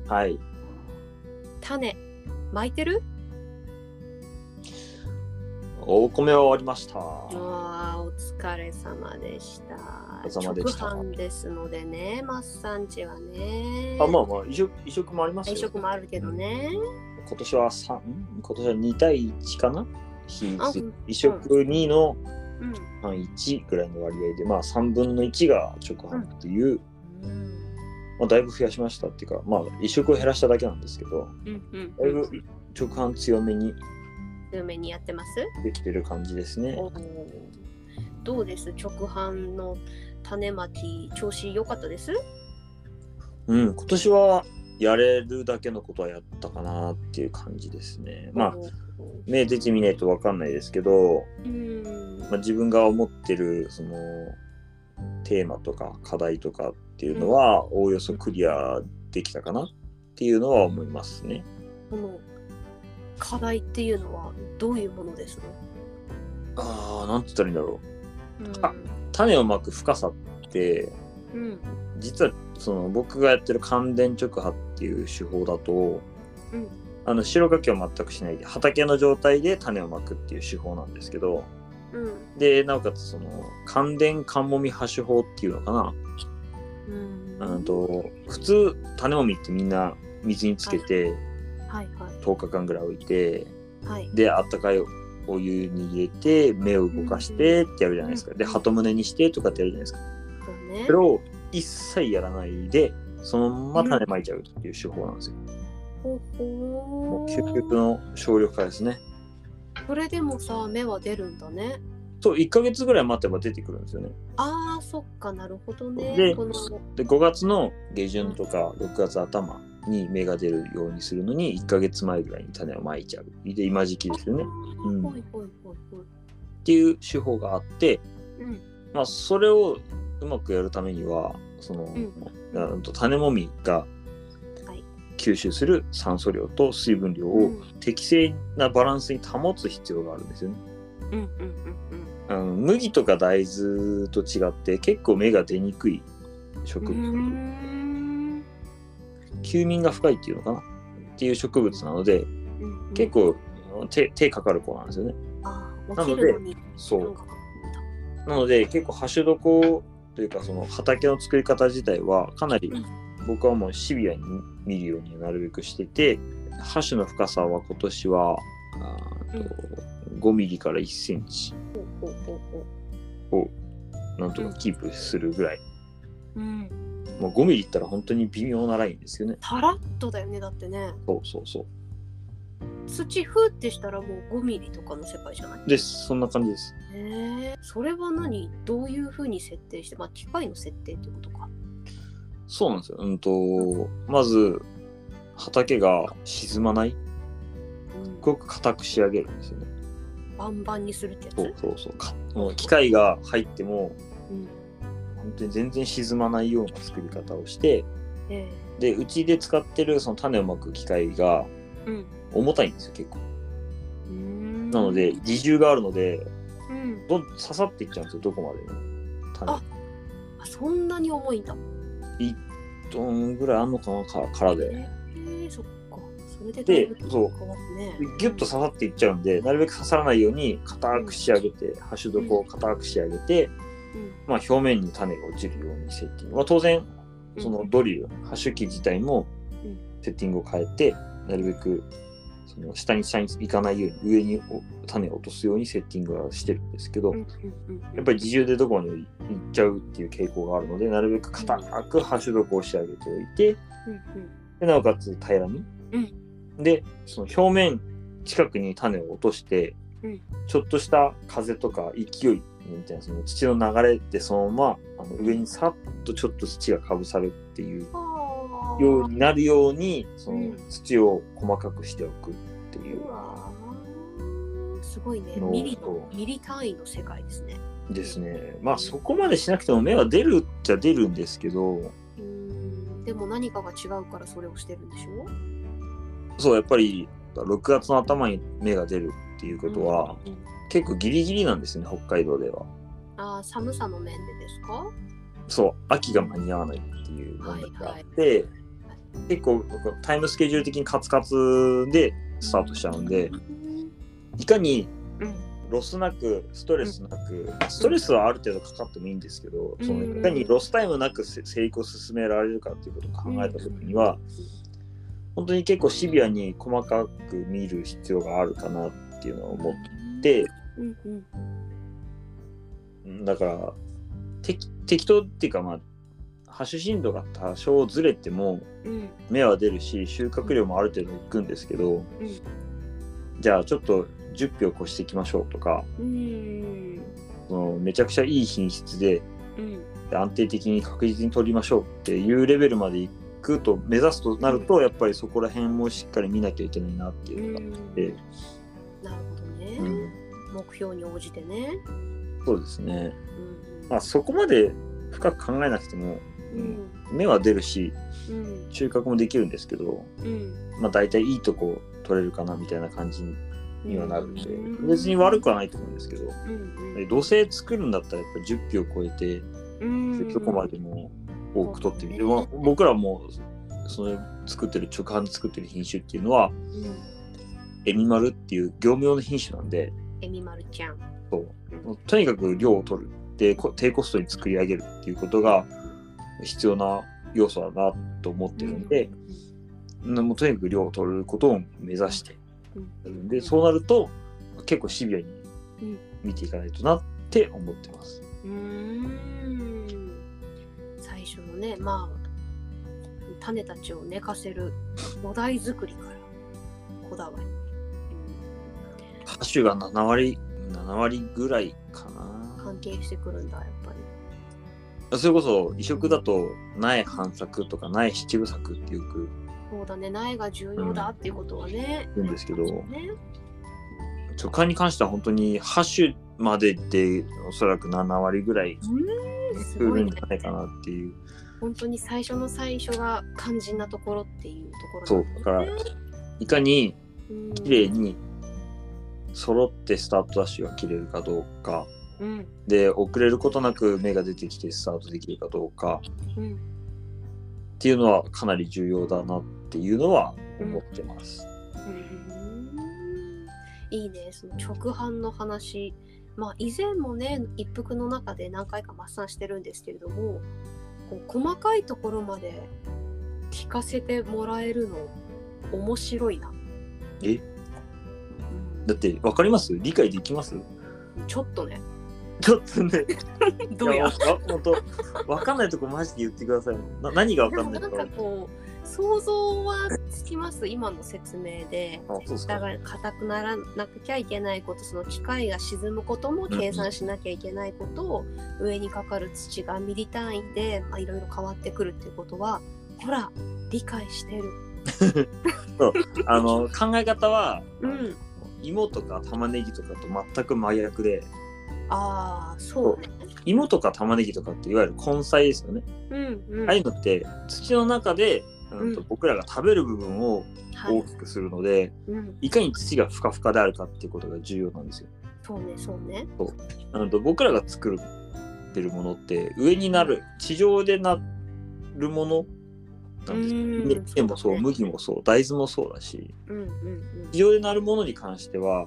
はい。 種まいてる？ お米は終わりました。 お疲れ様でした。 お疲れ様でした。 直販ですのでね、マッサンチはね。 まあ移植もありますよ。 移植もあるけどね。 今年は2対1かな？移植2の1ぐらいの割合で、まあ3分の1が直販っていう、まあ、だいぶ増やしましたっていうか、まあ移植を減らしただけなんですけど、だいぶ直販強めにやってます？ できてる感じですね。 どうです？直販の種まき調子良かったです？ 今年はやれるだけのことはやったかなっていう感じですね。まあ目出てみないと分かんないですけど、まあ、自分が思ってるそのテーマとか課題とかっていうのはおおよそクリアできたかなっていうのは思いますね。 この課題っていうのはどういうものですか？ なんて言ったらいいんだろう。種をまく深さって、実はその僕がやってる乾電直波っていう手法だと、白かきを全くしないで畑の状態で種をまくっていう手法なんですけど、でなおかつその乾電寒もみハ手法っていうのかな、普通種もみってみんな水につけて10日間ぐらい置いて、であったかいお湯に入れて目を動かしてってやるじゃないですか。で鳩胸にしてとかってやるじゃないですか。それを一切やらないでそのまま種まいちゃうっていう手法なんですよ。もう究極の省力化ですね。 それでもさ、芽は出るんだね。 そう、1ヶ月ぐらい待てば出てくるんですよね。 そっか、なるほどね。 で5月の下旬とか6月頭に芽が出るようにするのに1ヶ月前ぐらいに種をまいちゃう。で今時期ですよね。っていう手法があって、まあそれをうまくやるためにはその、種もみが吸収する酸素量と水分量を適正なバランスに保つ必要があるんですよね。麦とか大豆と違って結構芽が出にくい植物、休眠が深いっていうのかなっていう植物なので、結構手かかる子なんですよね。なので結構ハシュドコというかその畑の作り方自体はかなり僕はもうシビアに見るようになるべくしてて、ハシの深さは今年は5ミリから1センチをなんとかキープするぐらい、もう5ミリいったら本当に微妙なラインですよね。 パラッとだよね。だってね。 そう土ふってしたらもう5ミリとかの世界じゃないです。そんな感じです。 それはどういうふうに設定して、機械の設定ってことか。 そうなんですよ。まず畑が沈まない、すごく硬く仕上げるんですよね。 バンバンにするってやつ。 もう機械が入っても、本当に全然沈まないような作り方をして、でうちで使ってるその種をまく機械が重たいんですよ結構。なので自重があるので、刺さっていっちゃうんですよどこまでも種。 そんなに重いんだ。 1トンぐらいあんのかなからで。 そっか。それでだいぶ変わるね。 ギュッと刺さっていっちゃうんで、なるべく刺さらないように硬く仕上げて、ハッシュドコを硬く仕上げて、表面に種が落ちるようにセッティング。当然そのドリル、ハッシュ機自体もセッティングを変えて、なるべくその下に行かないように上に種を落とすようにセッティングはしてるんですけど、やっぱり自重でどこまで行っちゃうっていう傾向があるので、なるべく硬くハッシュドコを仕上げておいて、でなおかつ平らに、でその表面近くに種を落として、ちょっとした風とか勢いみたいなその土の流れでそのまま上にさっとちょっと土がかぶさるっていうようになるようにその土を細かくしておくっていう、 すごいね。ミリ単位の世界ですね。 ですね。そこまでしなくても芽は出るっちゃ出るんですけど、 でも何かが違うからそれをしてるんでしょ？ そうやっぱり6月の頭に芽が出るっていうことは、結構ギリギリなんですよね北海道では。 寒さの面でですか？ そう、秋が間に合わないっていう問題があって、 結構タイムスケジュール的にカツカツでスタートしちゃうんで、いかにロスなくストレスなく、ストレスはある程度かかってもいいんですけど、そのいかにロスタイムなく成功を進められるかっていうことを考えた時には、本当に結構シビアに細かく見る必要があるかなっていうのを思って、だから適当っていうか、まあハッシュ振動が多少ずれても芽は出るし、収穫量もある程度いくんですけど、じゃあちょっと10票越していきましょうとか、そのめちゃくちゃいい品質で、安定的に確実に取りましょうっていうレベルまでいくと目指すとなると、やっぱりそこら辺もしっかり見なきゃいけないなっていうのがあって、 なるほどね、目標に応じてね。 そうですね、まあそこまで深く考えなくても、芽は出るし、収穫もできるんですけど、まあ大体いいとこ取れるかなみたいな感じにはなるんで、別に悪くはないと思うんですけど、土星作るんだったらやっぱり10票超えて、そこまでも多く取ってみる、僕らもその作ってる直販で作ってる品種っていうのは、エミマルっていう業務用の品種なんで、 エミマルちゃん、 そうとにかく量を取るで低コストに作り上げるっていうことが必要な要素だなと思ってるんで、もうとにかく量を取ることを目指してで、そうなると結構シビアに見ていかないとなって思ってます。 最初のね、まあ種たちを寝かせる土台作りからこだわり、 ハッシュが7割ぐらいかな。 関係してくるんだ、やっぱり。それこそ移植だと苗繁作とか苗七分作ってよく、 そうだね、苗が重要だっていうことはね、 言うんですけど、直感に関しては本当にハッシュまででおそらく7割ぐらいすごいね、 んじゃないかなっていう。 本当に最初の最初が肝心なところっていうところ、 そうだからいかに綺麗に揃ってスタートダッシュが切れるかどうか、で遅れることなく芽が出てきてスタートできるかどうか、っていうのはかなり重要だなっていうのは思ってます。 いいね、その直販の話、まあ以前もね一服の中で何回か抹散してるんですけれども、こう細かいところまで聞かせてもらえるの面白いな。 だって分かります？理解できます？ ちょっとね。 ちょっとね。 どうや？ 本当分かんないとこマジで言ってください。何が分かんないのか。 なんかこう想像はつきます、今の説明で。だから硬くならなくちゃいけないこと、その機械が沈むことも計算しなきゃいけないことを、上にかかる土がミリ単位でいろいろ変わってくるっていうことは、ほら理解してる。 そう考え方は、芋とか玉ねぎとかと全く真逆で、 そうね。 芋とか玉ねぎとかっていわゆる根菜ですよね。ああいうのって土の中で、僕らが食べる部分を大きくするので、いかに土がふかふかであるかっていうことが重要なんですよ。 そうね。 僕らが作ってるものって上になる、地上でなるものなんです。でもそう、麦もそう、大豆もそうだし、地上でなるものに関しては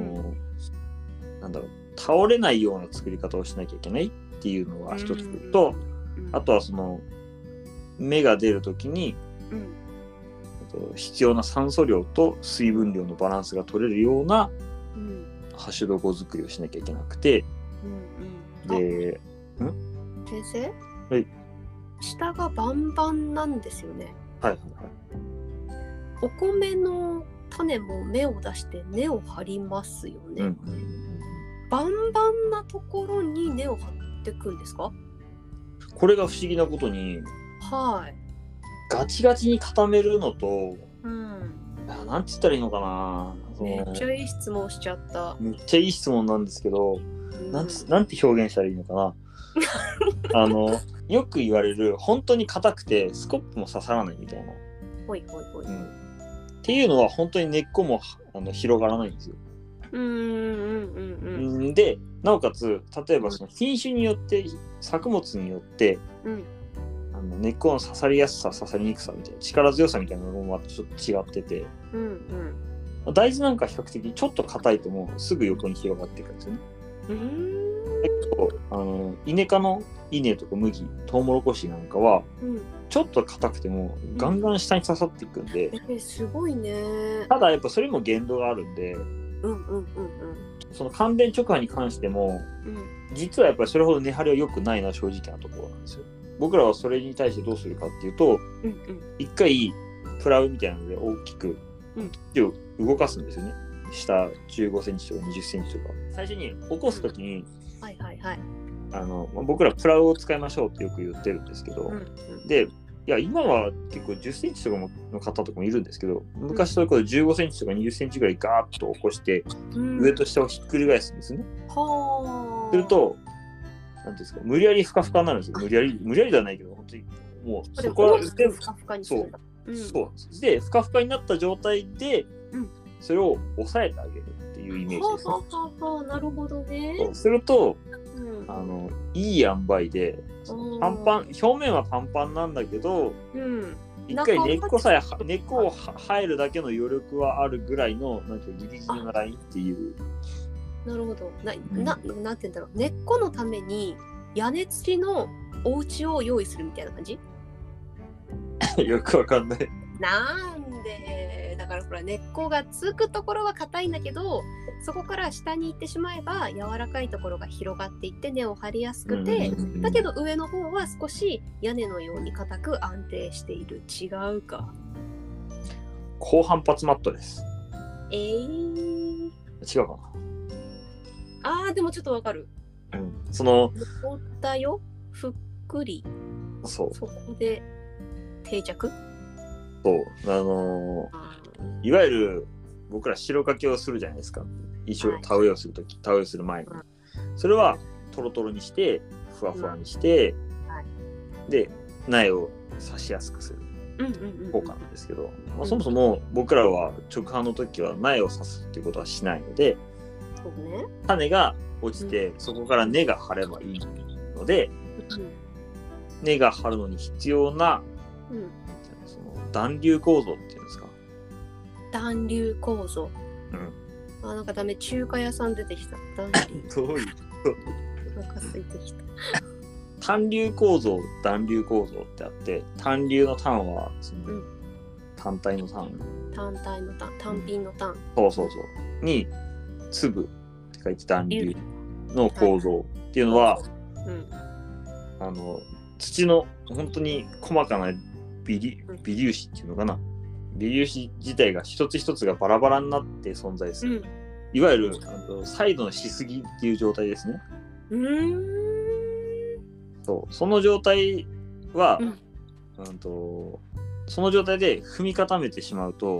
倒れないような作り方をしなきゃいけないっていうのが一つと、あとはその芽が出るときに、必要な酸素量と水分量のバランスが取れるようなハッシュドコ作りをしなきゃいけなくて、で、 先生、 はい、 下がバンバンなんですよね。お米の種も芽を出して根を張りますよね。バンバンなところに根を張ってくんですか？ これが不思議なことに、ガチガチに固めるのと、なんて言ったらいいのかな。 めっちゃいい質問しちゃった。 めっちゃいい質問なんですけど、なんて表現したらいいのかな。よく言われる、本当に硬くてスコップも刺さらないみたいな。っていうのは本当に根っこも広がらないんですよ。で、なおかつ例えばその品種によって、作物によって、 根っこの刺さりやすさ、刺さりにくさみたいな、力強さみたいなのもまたちょっと違ってて、大豆なんか比較的ちょっと硬いともうすぐ横に広がっていくんですよね。結構イネ科の稲とか麦、トウモロコシなんかは、ちょっと硬くてもガンガン下に刺さっていくんで、 すごいね。 ただやっぱそれも限度があるんで、その乾電直波に関しても、実はやっぱりそれほど根張りは良くないのは正直なところなんですよ。僕らはそれに対してどうするかっていうと、一回プラウみたいなので大きく土を動かすんですよね。下15センチとか20センチとか。最初に起こすときに、僕らプラウを使いましょうってよく言ってるんですけど、で、いや今は結構10センチとかの方とかもいるんですけど、昔そういうこと15センチとか20センチぐらいガーッと起こして、上と下をひっくり返すんですね。すると、なんていうんですか、無理やりふかふかになるんですよ。無理やりではないけど、本当にもうそこはふかふかにするんだ。 そうで、ふかふかになった状態で、それを押さえてあげるっていうイメージです、ね。 なるほどね。 そうすると、いい塩梅で表面はパンパンなんだけど、一回根っこを生えるだけの余力はあるぐらいのなんかギリギリのラインっていう。 なるほど。なんて言うんだろう。根っこのために屋根付きのお家を用意するみたいな感じ？ よくわかんない。 なんでだからほら根っこがつくところは硬いんだけど、そこから下に行ってしまえば柔らかいところが広がっていって根を張りやすくて、だけど上の方は少し屋根のように硬く安定している。違うか。 高反発マットです。 違うかな。でもちょっとわかる。 その残ったよ、ふっくり。そこで定着。 いわゆる僕ら白掛けをするじゃないですか。一緒田植えをするとき、田植えをする前に、それはトロトロにしてふわふわにして、で苗を刺しやすくする効果なんですけど、そもそも僕らは直販の時は苗を刺すっていうことはしないので、種が落ちてそこから根が張ればいいので、根が張るのに必要な、その団粒構造っていうんですか。 団粒構造。なんかダメ、中華屋さん出てきた。 どういうお腹空いてきた。 単粒構造、団粒構造ってあって、単粒の単はその、単体の単。 単体の単、単品の単。 そうに粒って書いて団粒の構造っていうのは、土の本当に細かな微粒子っていうのかな。微粒子自体が一つ一つがバラバラになって存在する。いわゆるサイドのしすぎっていう状態ですね。その状態は、その状態で踏み固めてしまうと、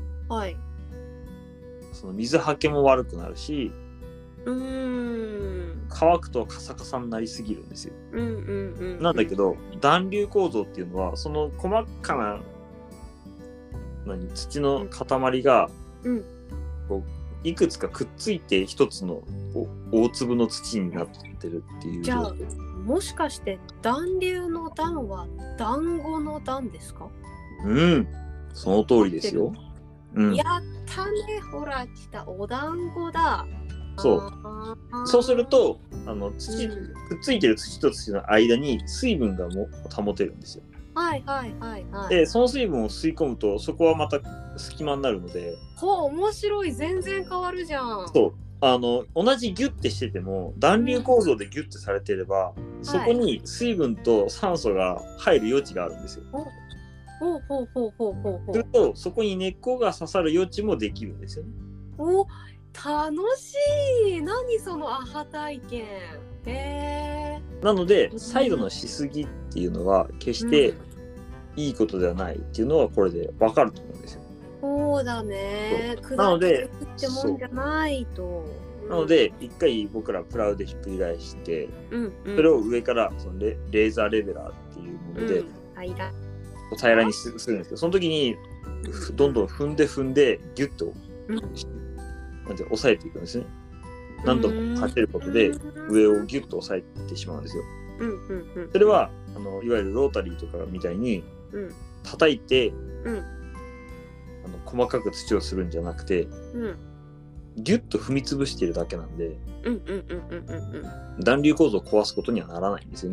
その水はけも悪くなるし、乾くとカサカサになりすぎるんですよ。なんだけど団粒構造っていうのはその細かな土の塊がこういくつかくっついて一つの大粒の土になってるっていう。 じゃあもしかして団粒の団は団子の団ですか？ その通りですよ。 やったね、ほら来た、お団子だ。 そうすると土、くっついてる土と土の間に水分が保てるんですよ。でその水分を吸い込むとそこはまた隙間になるので、 面白い、全然変わるじゃん。 同じギュッてしてても団粒構造でギュッてされてれば、そこに水分と酸素が入る余地があるんですよ。するとそこに根っこが刺さる余地もできるんですよね。 楽しい。何そのアハ体験。 なのでサイドのしすぎっていうのは決していいことではないっていうのはこれで分かると思うんですよ。 そうだね。 なのでってもんじゃないと。 なので一回僕らプラウでひっくり返して、それを上からそのレーザーレベラーっていうもので平らにするんですけど、その時にどんどん踏んでギュッと押さえていくんですね。何度も立てることで上をギュッと押さえてしまうんですよ。 それはいわゆるロータリーとかみたいに叩いて、細かく土をするんじゃなくて、ギュッと踏み潰してるだけなんで、暖流構造を壊すことにはならないんですよね。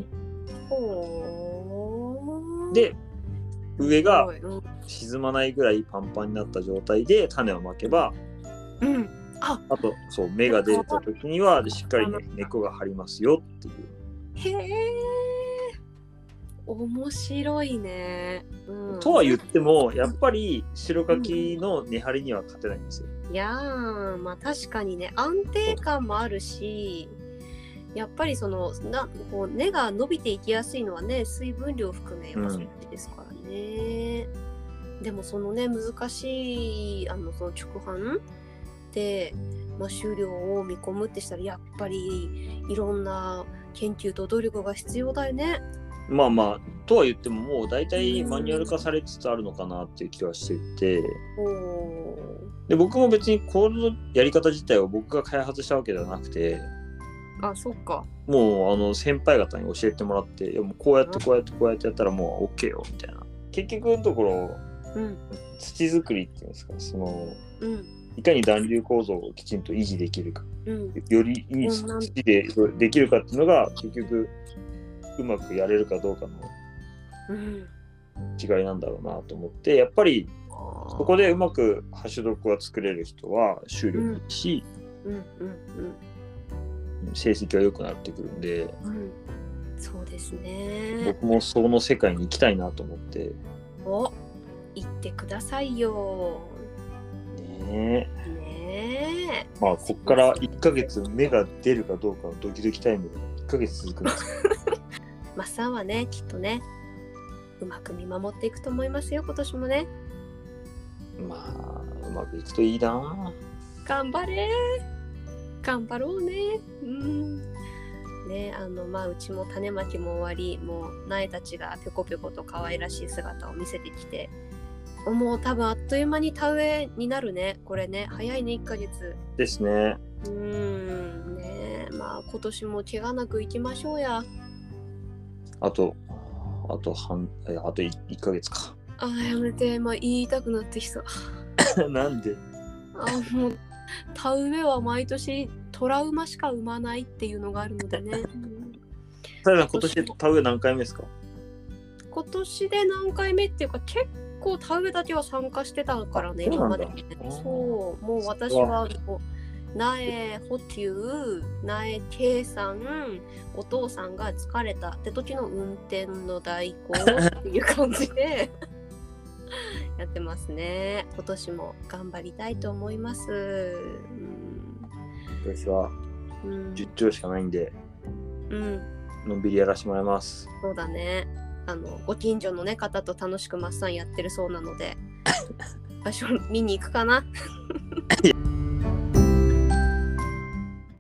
で、上が沈まないぐらいパンパンになった状態で種をまけば、あとそう芽が出た時にはしっかり、ね、根っこが張りますよっていう。 へえ、面白いね。 とは言ってもやっぱり白柿の根張りには勝てないんですよ。 いやー、まあ確かにね、安定感もあるし、やっぱりこう根が伸びていきやすいのはね、水分量含めやっぱそうですからね。でもそのね、難しいその直販で、収量を見込むってしたらやっぱりいろんな研究と努力が必要だよね。 まあまあとは言ってももう大体マニュアル化されつつあるのかなっていう気はしていて、で僕も別にこのやり方自体を僕が開発したわけではなくて、 あ、そっか。 もう先輩方に教えてもらって、いやもうこうやってこうやってこうやってやったらもう OK よみたいな。結局のところ、土作りっていうんですか、いかに暖流構造をきちんと維持できるか、よりいい土でできるかっていうのが結局うまくやれるかどうかの違いなんだろうなと思って、やっぱりそこでうまくハッシュドッグが作れる人は収量いいし、成績が良くなってくるんで、 そうですね。 僕もその世界に行きたいなと思って。 行ってくださいよ。 ねえ。まあこっから1ヶ月芽が出るかどうかドキドキタイムで1ヶ月続くんですマッサンはね、きっとね、うまく見守っていくと思いますよ、今年もね。 まあうまくいくといいな。 頑張れ、頑張ろうね。ね、うちも種まきも終わり、もう苗たちがぴょこぴょこと可愛らしい姿を見せてきて、もう多分あっという間に田植えになるね。これね、早いね、1ヶ月ですね。 ね、まあ今年も怪我なくいきましょうや。 あと1ヶ月か。 やめて、言いたくなってきそう。 なんで？ もう田植えは毎年トラウマしか生まないっていうのがあるのでね。 今年田植え何回目ですか？ 今年で何回目っていうか、結構田植えだけは参加してたからね、今まで。そう、もう私は苗補給、苗計算、お父さんが疲れたって時の運転の代行っていう感じでやってますね。今年も頑張りたいと思います。 今年は10兆しかないんで、のんびりやらせてもらいます。 そうだね。ご近所の、ね、方と楽しくマッサンやってるそうなので場所見に行くかな。